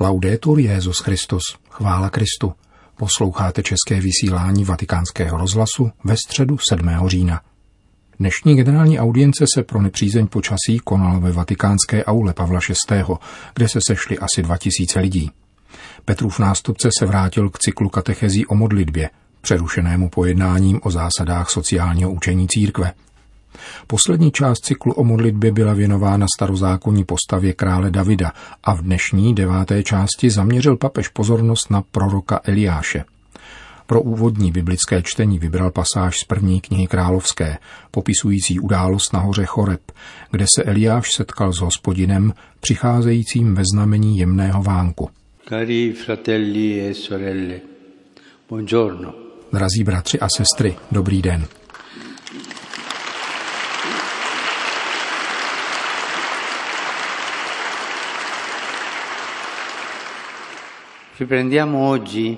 Laudetur Jesus Christus, chvála Kristu. Posloucháte české vysílání Vatikánského rozhlasu ve středu 7. října. Dnešní generální audience se pro nepřízeň počasí konala ve vatikánské aule Pavla VI., kde se sešli asi 2000 lidí. Petrův nástupce se vrátil k cyklu katechezí o modlitbě, přerušenému pojednáním o zásadách sociálního učení církve. Poslední část cyklu o modlitbě byla věnována starozákonní postavě krále Davida a v dnešní 9. části zaměřil papež pozornost na proroka Eliáše. Pro úvodní biblické čtení vybral pasáž z 1. knihy královské, popisující událost na hoře Choreb, kde se Eliáš setkal s Hospodinem, přicházejícím ve znamení jemného vánku. Cari fratelli e sorelle, buongiorno. Drazí bratři a sestry, dobrý den. Riprendiamo oggi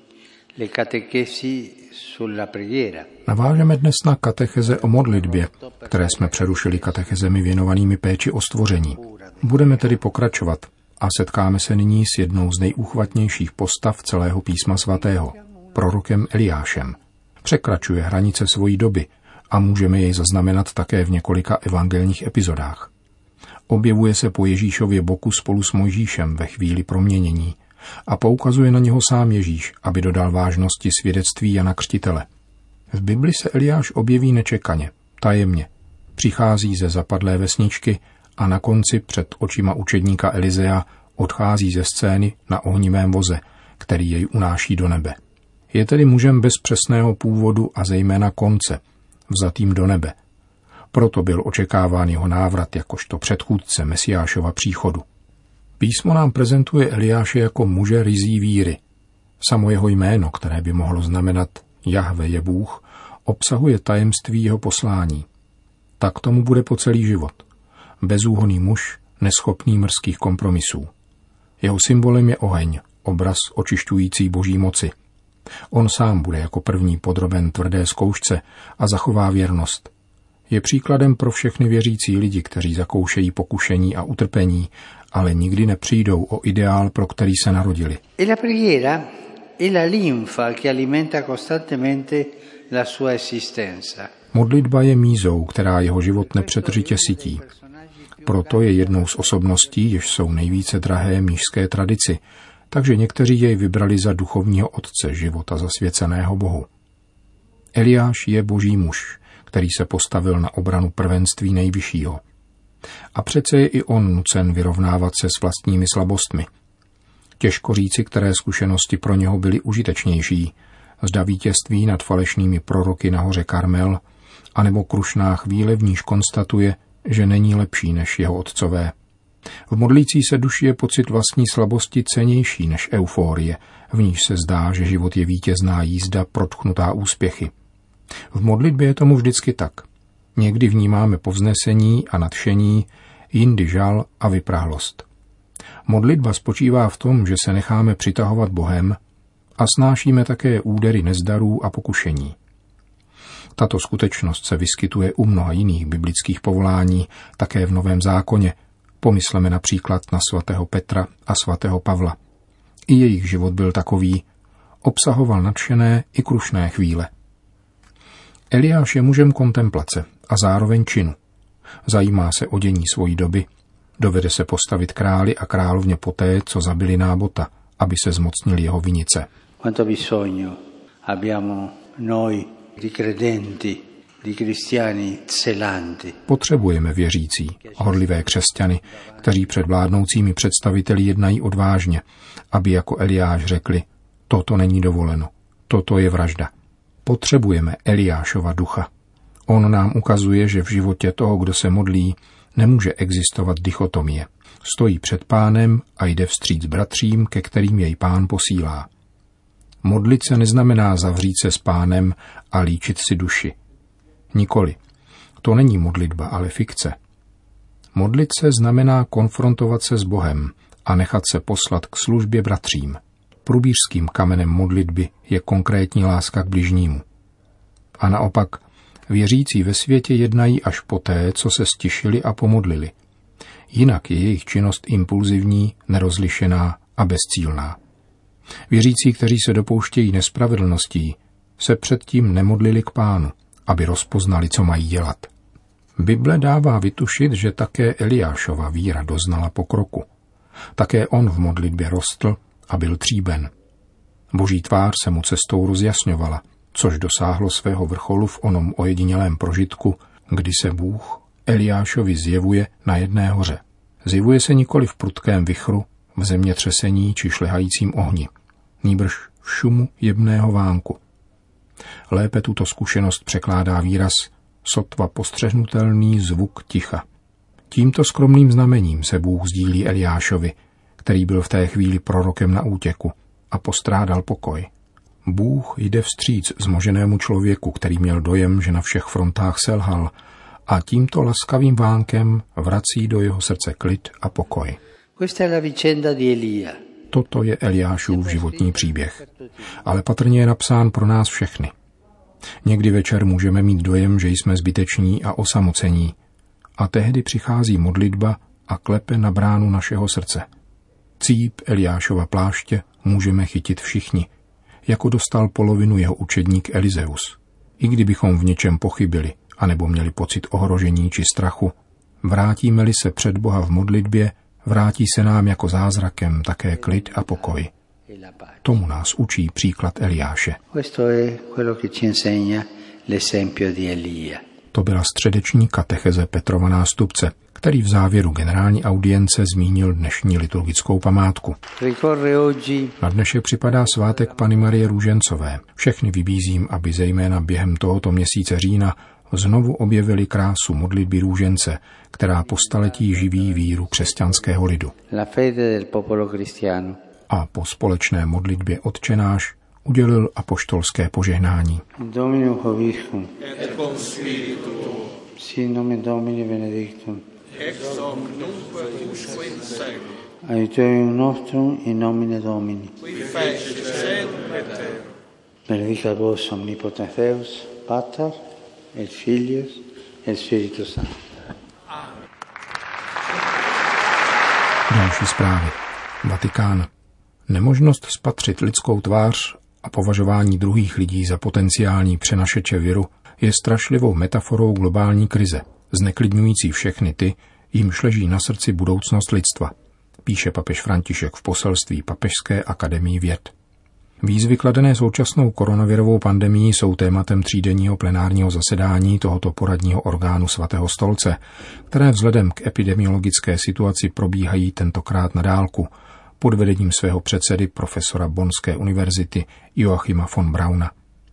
le catechesi sulla preghiera. Navážeme dnes na katecheze o modlitbě, které jsme přerušili katechezemi věnovanými péči o stvoření. Budeme tedy pokračovat a setkáme se nyní s jednou z nejúchvatnějších postav celého písma svatého, prorokem Eliášem. Překračuje hranice svojí doby a můžeme jej zaznamenat také v několika evangelních epizodách. Objevuje se po Ježíšově boku spolu s Mojžíšem ve chvíli proměnění a poukazuje na něho sám Ježíš, aby dodal vážnosti svědectví Jana Křtitele. V Bibli se Eliáš objeví nečekaně, tajemně. Přichází ze zapadlé vesničky a na konci před očima učedníka Elizea odchází ze scény na ohnivém voze, který jej unáší do nebe. Je tedy mužem bez přesného původu a zejména konce, vzatým do nebe. Proto byl očekáván jeho návrat jakožto předchůdce Mesiášova příchodu. Písmo nám prezentuje Eliáše jako muže ryzí víry. Samo jeho jméno, které by mohlo znamenat Jahve je Bůh, obsahuje tajemství jeho poslání. Tak tomu bude po celý život. Bezúhonný muž, neschopný mrzkých kompromisů. Jeho symbolem je oheň, obraz očišťující boží moci. On sám bude jako první podroben tvrdé zkoušce a zachová věrnost. Je příkladem pro všechny věřící lidi, kteří zakoušejí pokušení a utrpení, ale nikdy nepřijdou o ideál, pro který se narodili. E la preghiera è la linfa che alimenta costantemente la sua esistenza. Modlitba je mízou, která jeho život nepřetržitě sytí. Proto je jednou z osobností, jež jsou nejvíce drahé mnišské tradici, takže někteří jej vybrali za duchovního otce života zasvěceného Bohu. Eliáš je boží muž, který se postavil na obranu prvenství nejvyššího. A přece je i on nucen vyrovnávat se s vlastními slabostmi. Těžko říci, které zkušenosti pro něho byly užitečnější, zda vítězství nad falešnými proroky na hoře Karmel, anebo krušná chvíle, v níž konstatuje, že není lepší než jeho otcové. V modlící se duši je pocit vlastní slabosti cennější než euforie, v níž se zdá, že život je vítězná jízda protchnutá úspěchy. V modlitbě je tomu vždycky tak. Někdy vnímáme povznesení a nadšení, jindy žal a vyprahlost. Modlitba spočívá v tom, že se necháme přitahovat Bohem a snášíme také údery nezdarů a pokušení. Tato skutečnost se vyskytuje u mnoha jiných biblických povolání, také v Novém zákoně. Pomysleme například na svatého Petra a svatého Pavla. I jejich život byl takový, obsahoval nadšené i krušné chvíle. Eliáš je mužem kontemplace a zároveň činu. Zajímá se o dění svojí doby, dovede se postavit králi a královně poté, co zabili Nábota, aby se zmocnil jeho vinice. Quanto bisogno abbiamo noi di credenti, di cristiani zelanti. Potřebujeme věřící, horlivé křesťany, kteří před vládnoucími představiteli jednají odvážně, aby jako Eliáš řekli, toto není dovoleno, toto je vražda. Potřebujeme Eliášova ducha. On nám ukazuje, že v životě toho, kdo se modlí, nemůže existovat dichotomie. Stojí před Pánem a jde vstříc bratřím, ke kterým jej Pán posílá. Modlit se neznamená zavřít se s Pánem a líčit si duši. Nikoli. To není modlitba, ale fikce. Modlit se znamená konfrontovat se s Bohem a nechat se poslat k službě bratřím. Průbířským kamenem modlitby je konkrétní láska k bližnímu. A naopak, věřící ve světě jednají až poté, co se stišili a pomodlili. Jinak je jejich činnost impulzivní, nerozlišená a bezcílná. Věřící, kteří se dopouštějí nespravedlností, se předtím nemodlili k Pánu, aby rozpoznali, co mají dělat. Bible dává vytušit, že také Eliášova víra doznala pokroku. Také on v modlitbě rostl a byl tříben. Boží tvář se mu cestou rozjasňovala, což dosáhlo svého vrcholu v onom ojedinělém prožitku, kdy se Bůh Eliášovi zjevuje na jedné hoře. Zjevuje se nikoli v prudkém vichru, v zemětřesení či šlehajícím ohni, nýbrž v šumu jemného vánku. Lépe tuto zkušenost překládá výraz sotva postřehnutelný zvuk ticha. Tímto skromným znamením se Bůh sdílí Eliášovi, který byl v té chvíli prorokem na útěku a postrádal pokoj. Bůh jde vstříc zmoženému člověku, který měl dojem, že na všech frontách selhal, a tímto laskavým vánkem vrací do jeho srdce klid a pokoj. Toto je Eliášův životní příběh, ale patrně je napsán pro nás všechny. Někdy večer můžeme mít dojem, že jsme zbyteční a osamocení, a tehdy přichází modlitba a klepe na bránu našeho srdce. Cíp Eliášova pláště můžeme chytit všichni, jako dostal polovinu jeho učedník Elizeus. I kdybychom v něčem pochybili, anebo měli pocit ohrožení či strachu, vrátíme-li se před Boha v modlitbě, vrátí se nám jako zázrakem také klid a pokoj. Tomu nás učí příklad Eliáše. To byla středeční katecheze Petrova nástupce, který v závěru generální audience zmínil dnešní liturgickou památku. Na dnešek připadá svátek Panny Marie Růžencové. Všechny vybízím, aby zejména během tohoto měsíce října znovu objevili krásu modlitby růžence, která po staletí živí víru křesťanského lidu. A po společné modlitbě Otčenáš udělil apoštolské požehnání. Dominum vobiscum. Et cum spiritu tuo. Sin nomen Domini benedictum. Ex hoc nunc usque in seculum. Aiuterium nostrum in nomine Domini. Qui fecit caelum et terra. Benedicat vos omnipotens Deus, Pater et Filius et Spiritus Sanctus. Další zprávy. Vatikán. Nemožnost spatřit lidskou tvář a považování druhých lidí za potenciální přenašeče viru je strašlivou metaforou globální krize, zneklidňující všechny ty, jimž leží na srdci budoucnost lidstva, píše papež František v poselství Papežské akademii věd. Výzvy kladené současnou koronavirovou pandemií jsou tématem třídenního plenárního zasedání tohoto poradního orgánu Svatého stolce, které vzhledem k epidemiologické situaci probíhají tentokrát na dálku, pod vedením svého předsedy profesora Bonnské univerzity Joachima von Brauna.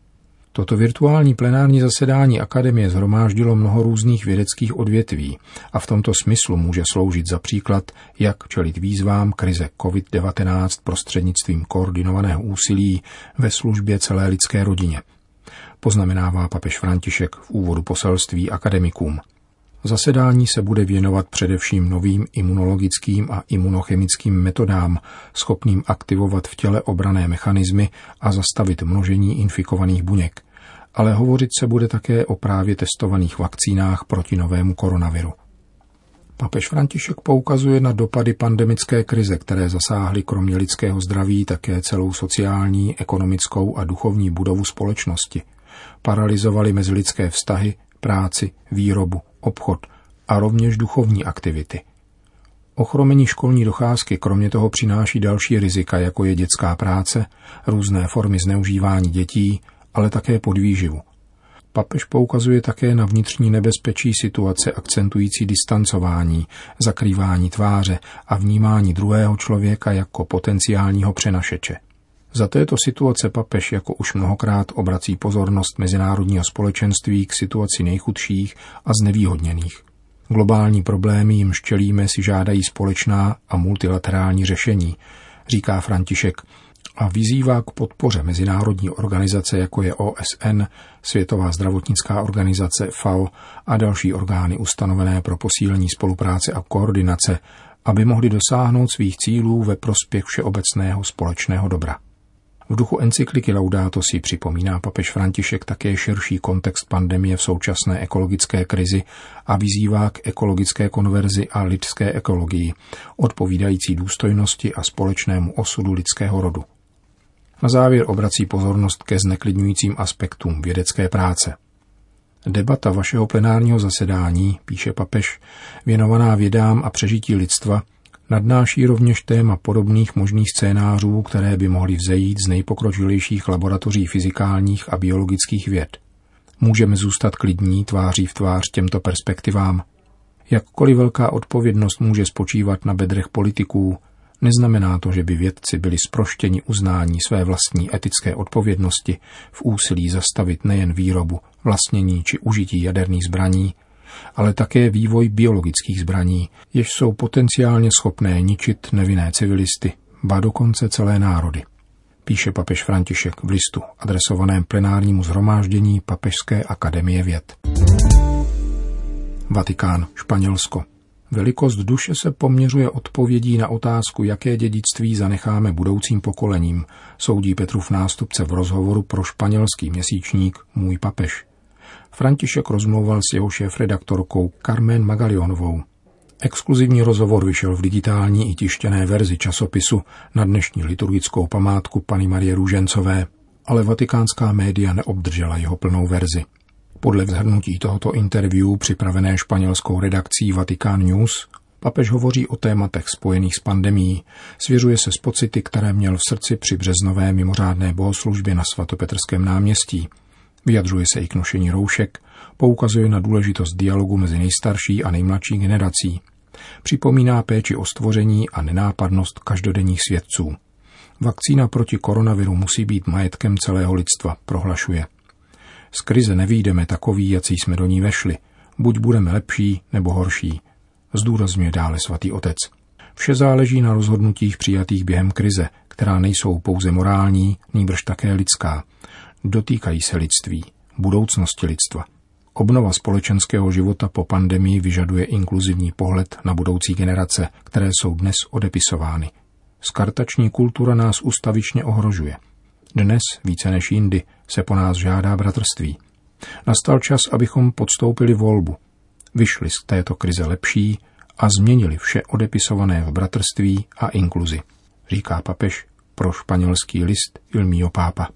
Toto virtuální plenární zasedání akademie shromáždilo mnoho různých vědeckých odvětví a v tomto smyslu může sloužit za příklad, jak čelit výzvám krize COVID-19 prostřednictvím koordinovaného úsilí ve službě celé lidské rodině, poznamenává papež František v úvodu poselství akademikům. Zasedání se bude věnovat především novým imunologickým a imunochemickým metodám, schopným aktivovat v těle obranné mechanismy a zastavit množení infikovaných buněk. Ale hovořit se bude také o právě testovaných vakcínách proti novému koronaviru. Papež František poukazuje na dopady pandemické krize, které zasáhly kromě lidského zdraví také celou sociální, ekonomickou a duchovní budovu společnosti. Paralyzovaly mezilidské vztahy, práci, výrobu, obchod a rovněž duchovní aktivity. Ochromení školní docházky kromě toho přináší další rizika, jako je dětská práce, různé formy zneužívání dětí, ale také podvýživu. Papež poukazuje také na vnitřní nebezpečí situace akcentující distancování, zakrývání tváře a vnímání druhého člověka jako potenciálního přenašeče. Za této situace papež jako už mnohokrát obrací pozornost mezinárodního společenství k situaci nejchudších a znevýhodněných. Globální problémy, jimž čelíme, si žádají společná a multilaterální řešení, říká František, a vyzývá k podpoře mezinárodní organizace, jako je OSN, Světová zdravotnická organizace FAO a další orgány ustanovené pro posílení spolupráce a koordinace, aby mohli dosáhnout svých cílů ve prospěch všeobecného společného dobra. V duchu encykliky Laudato si připomíná papež František také širší kontext pandemie v současné ekologické krizi a vyzývá k ekologické konverzi a lidské ekologii, odpovídající důstojnosti a společnému osudu lidského rodu. Na závěr obrací pozornost ke zneklidňujícím aspektům vědecké práce. Debata vašeho plenárního zasedání, píše papež, věnovaná vědám a přežití lidstva, nadnáší rovněž téma podobných možných scénářů, které by mohly vzejít z nejpokročilejších laboratoří fyzikálních a biologických věd. Můžeme zůstat klidní tváří v tvář těmto perspektivám. Jakkoliv velká odpovědnost může spočívat na bedrech politiků, neznamená to, že by vědci byli zproštěni uznání své vlastní etické odpovědnosti v úsilí zastavit nejen výrobu, vlastnění či užití jaderných zbraní, ale také vývoj biologických zbraní, jež jsou potenciálně schopné ničit nevinné civilisty, ba dokonce celé národy. Píše papež František v listu adresovaném plenárnímu shromáždění Papežské akademie věd. Vatikán, Španělsko. Velikost duše se poměřuje odpovědí na otázku, jaké dědictví zanecháme budoucím pokolením, soudí Petrův nástupce v rozhovoru pro španělský měsíčník Můj papež. František rozmlouval s jeho šéfredaktorkou Carmen Magalionovou. Exkluzivní rozhovor vyšel v digitální i tištěné verzi časopisu na dnešní liturgickou památku Panny Marie Růžencové, ale vatikánská média neobdržela jeho plnou verzi. Podle shrnutí tohoto interview připravené španělskou redakcí Vatican News papež hovoří o tématech spojených s pandemií, svěřuje se s pocity, které měl v srdci při březnové mimořádné bohoslužbě na svatopetrském náměstí. Vyjadřuje se i k nošení roušek, poukazuje na důležitost dialogu mezi nejstarší a nejmladší generací. Připomíná péči o stvoření a nenápadnost každodenních svědců. Vakcína proti koronaviru musí být majetkem celého lidstva, prohlašuje. Z krize nevyjdeme takový, jací jsme do ní vešli. Buď budeme lepší, nebo horší, zdůrazňuje dále svatý otec. Vše záleží na rozhodnutích přijatých během krize, která nejsou pouze morální, nýbrž také lidská. Dotýkají se lidství, budoucnosti lidstva. Obnova společenského života po pandemii vyžaduje inkluzivní pohled na budoucí generace, které jsou dnes odepisovány. Skartační kultura nás ustavičně ohrožuje. Dnes, více než jindy, se po nás žádá bratrství. Nastal čas, abychom podstoupili volbu. Vyšli z této krize lepší a změnili vše odepisované v bratrství a inkluzi, říká papež pro španělský list Il Mio Papa.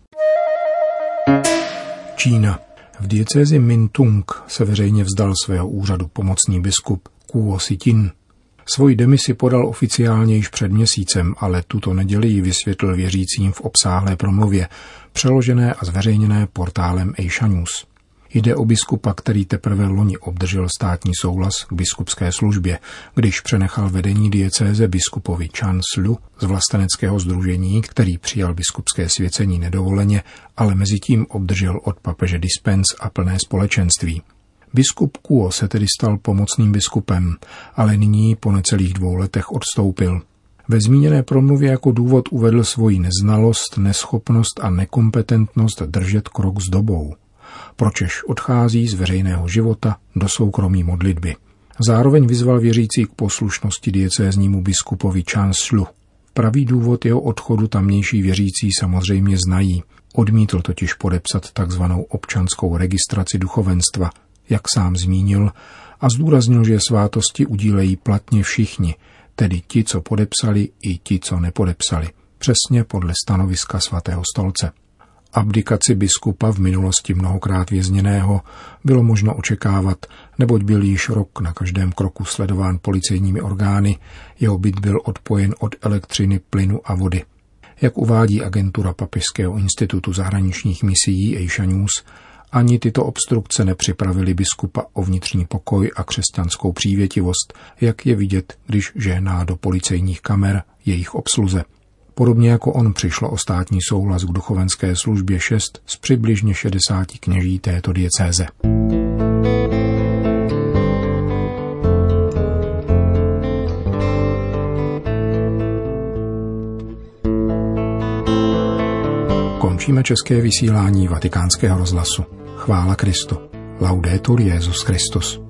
Čína. V diecézi Mintung se veřejně vzdal svého úřadu pomocný biskup Kuo Sitin. Svoji demisi podal oficiálně již před měsícem, ale tuto neděli ji vysvětlil věřícím v obsáhlé promluvě, přeložené a zveřejněné portálem Asia News. Jde o biskupa, který teprve loni obdržel státní souhlas k biskupské službě, když přenechal vedení diecéze biskupovi Chan Slu z vlasteneckého sdružení, který přijal biskupské svěcení nedovoleně, ale mezitím obdržel od papeže dispens a plné společenství. Biskup Kuo se tedy stal pomocným biskupem, ale nyní po necelých 2 letech odstoupil. Ve zmíněné promluvě jako důvod uvedl svoji neznalost, neschopnost a nekompetentnost držet krok s dobou. Pročež odchází z veřejného života do soukromí modlitby. Zároveň vyzval věřící k poslušnosti diecéznímu biskupovi Chan Slu. Pravý důvod jeho odchodu tamnější věřící samozřejmě znají. Odmítl totiž podepsat takzvanou občanskou registraci duchovenstva, jak sám zmínil, a zdůraznil, že svátosti udílejí platně všichni, tedy ti, co podepsali, i ti, co nepodepsali, přesně podle stanoviska svatého stolce. Abdikaci biskupa, v minulosti mnohokrát vězněného, bylo možno očekávat, neboť byl již rok na každém kroku sledován policejními orgány, jeho byt byl odpojen od elektřiny, plynu a vody. Jak uvádí agentura Papežského institutu zahraničních misií Asia News, ani tyto obstrukce nepřipravily biskupa o vnitřní pokoj a křesťanskou přívětivost, jak je vidět, když žehná do policejních kamer jejich obsluze. Podobně jako on přišlo o státní souhlas k duchovenské službě 6 z přibližně 60 kněží této diecéze. Končíme české vysílání Vatikánského rozhlasu. Chvála Kristu. Laudetur Jesus Christus.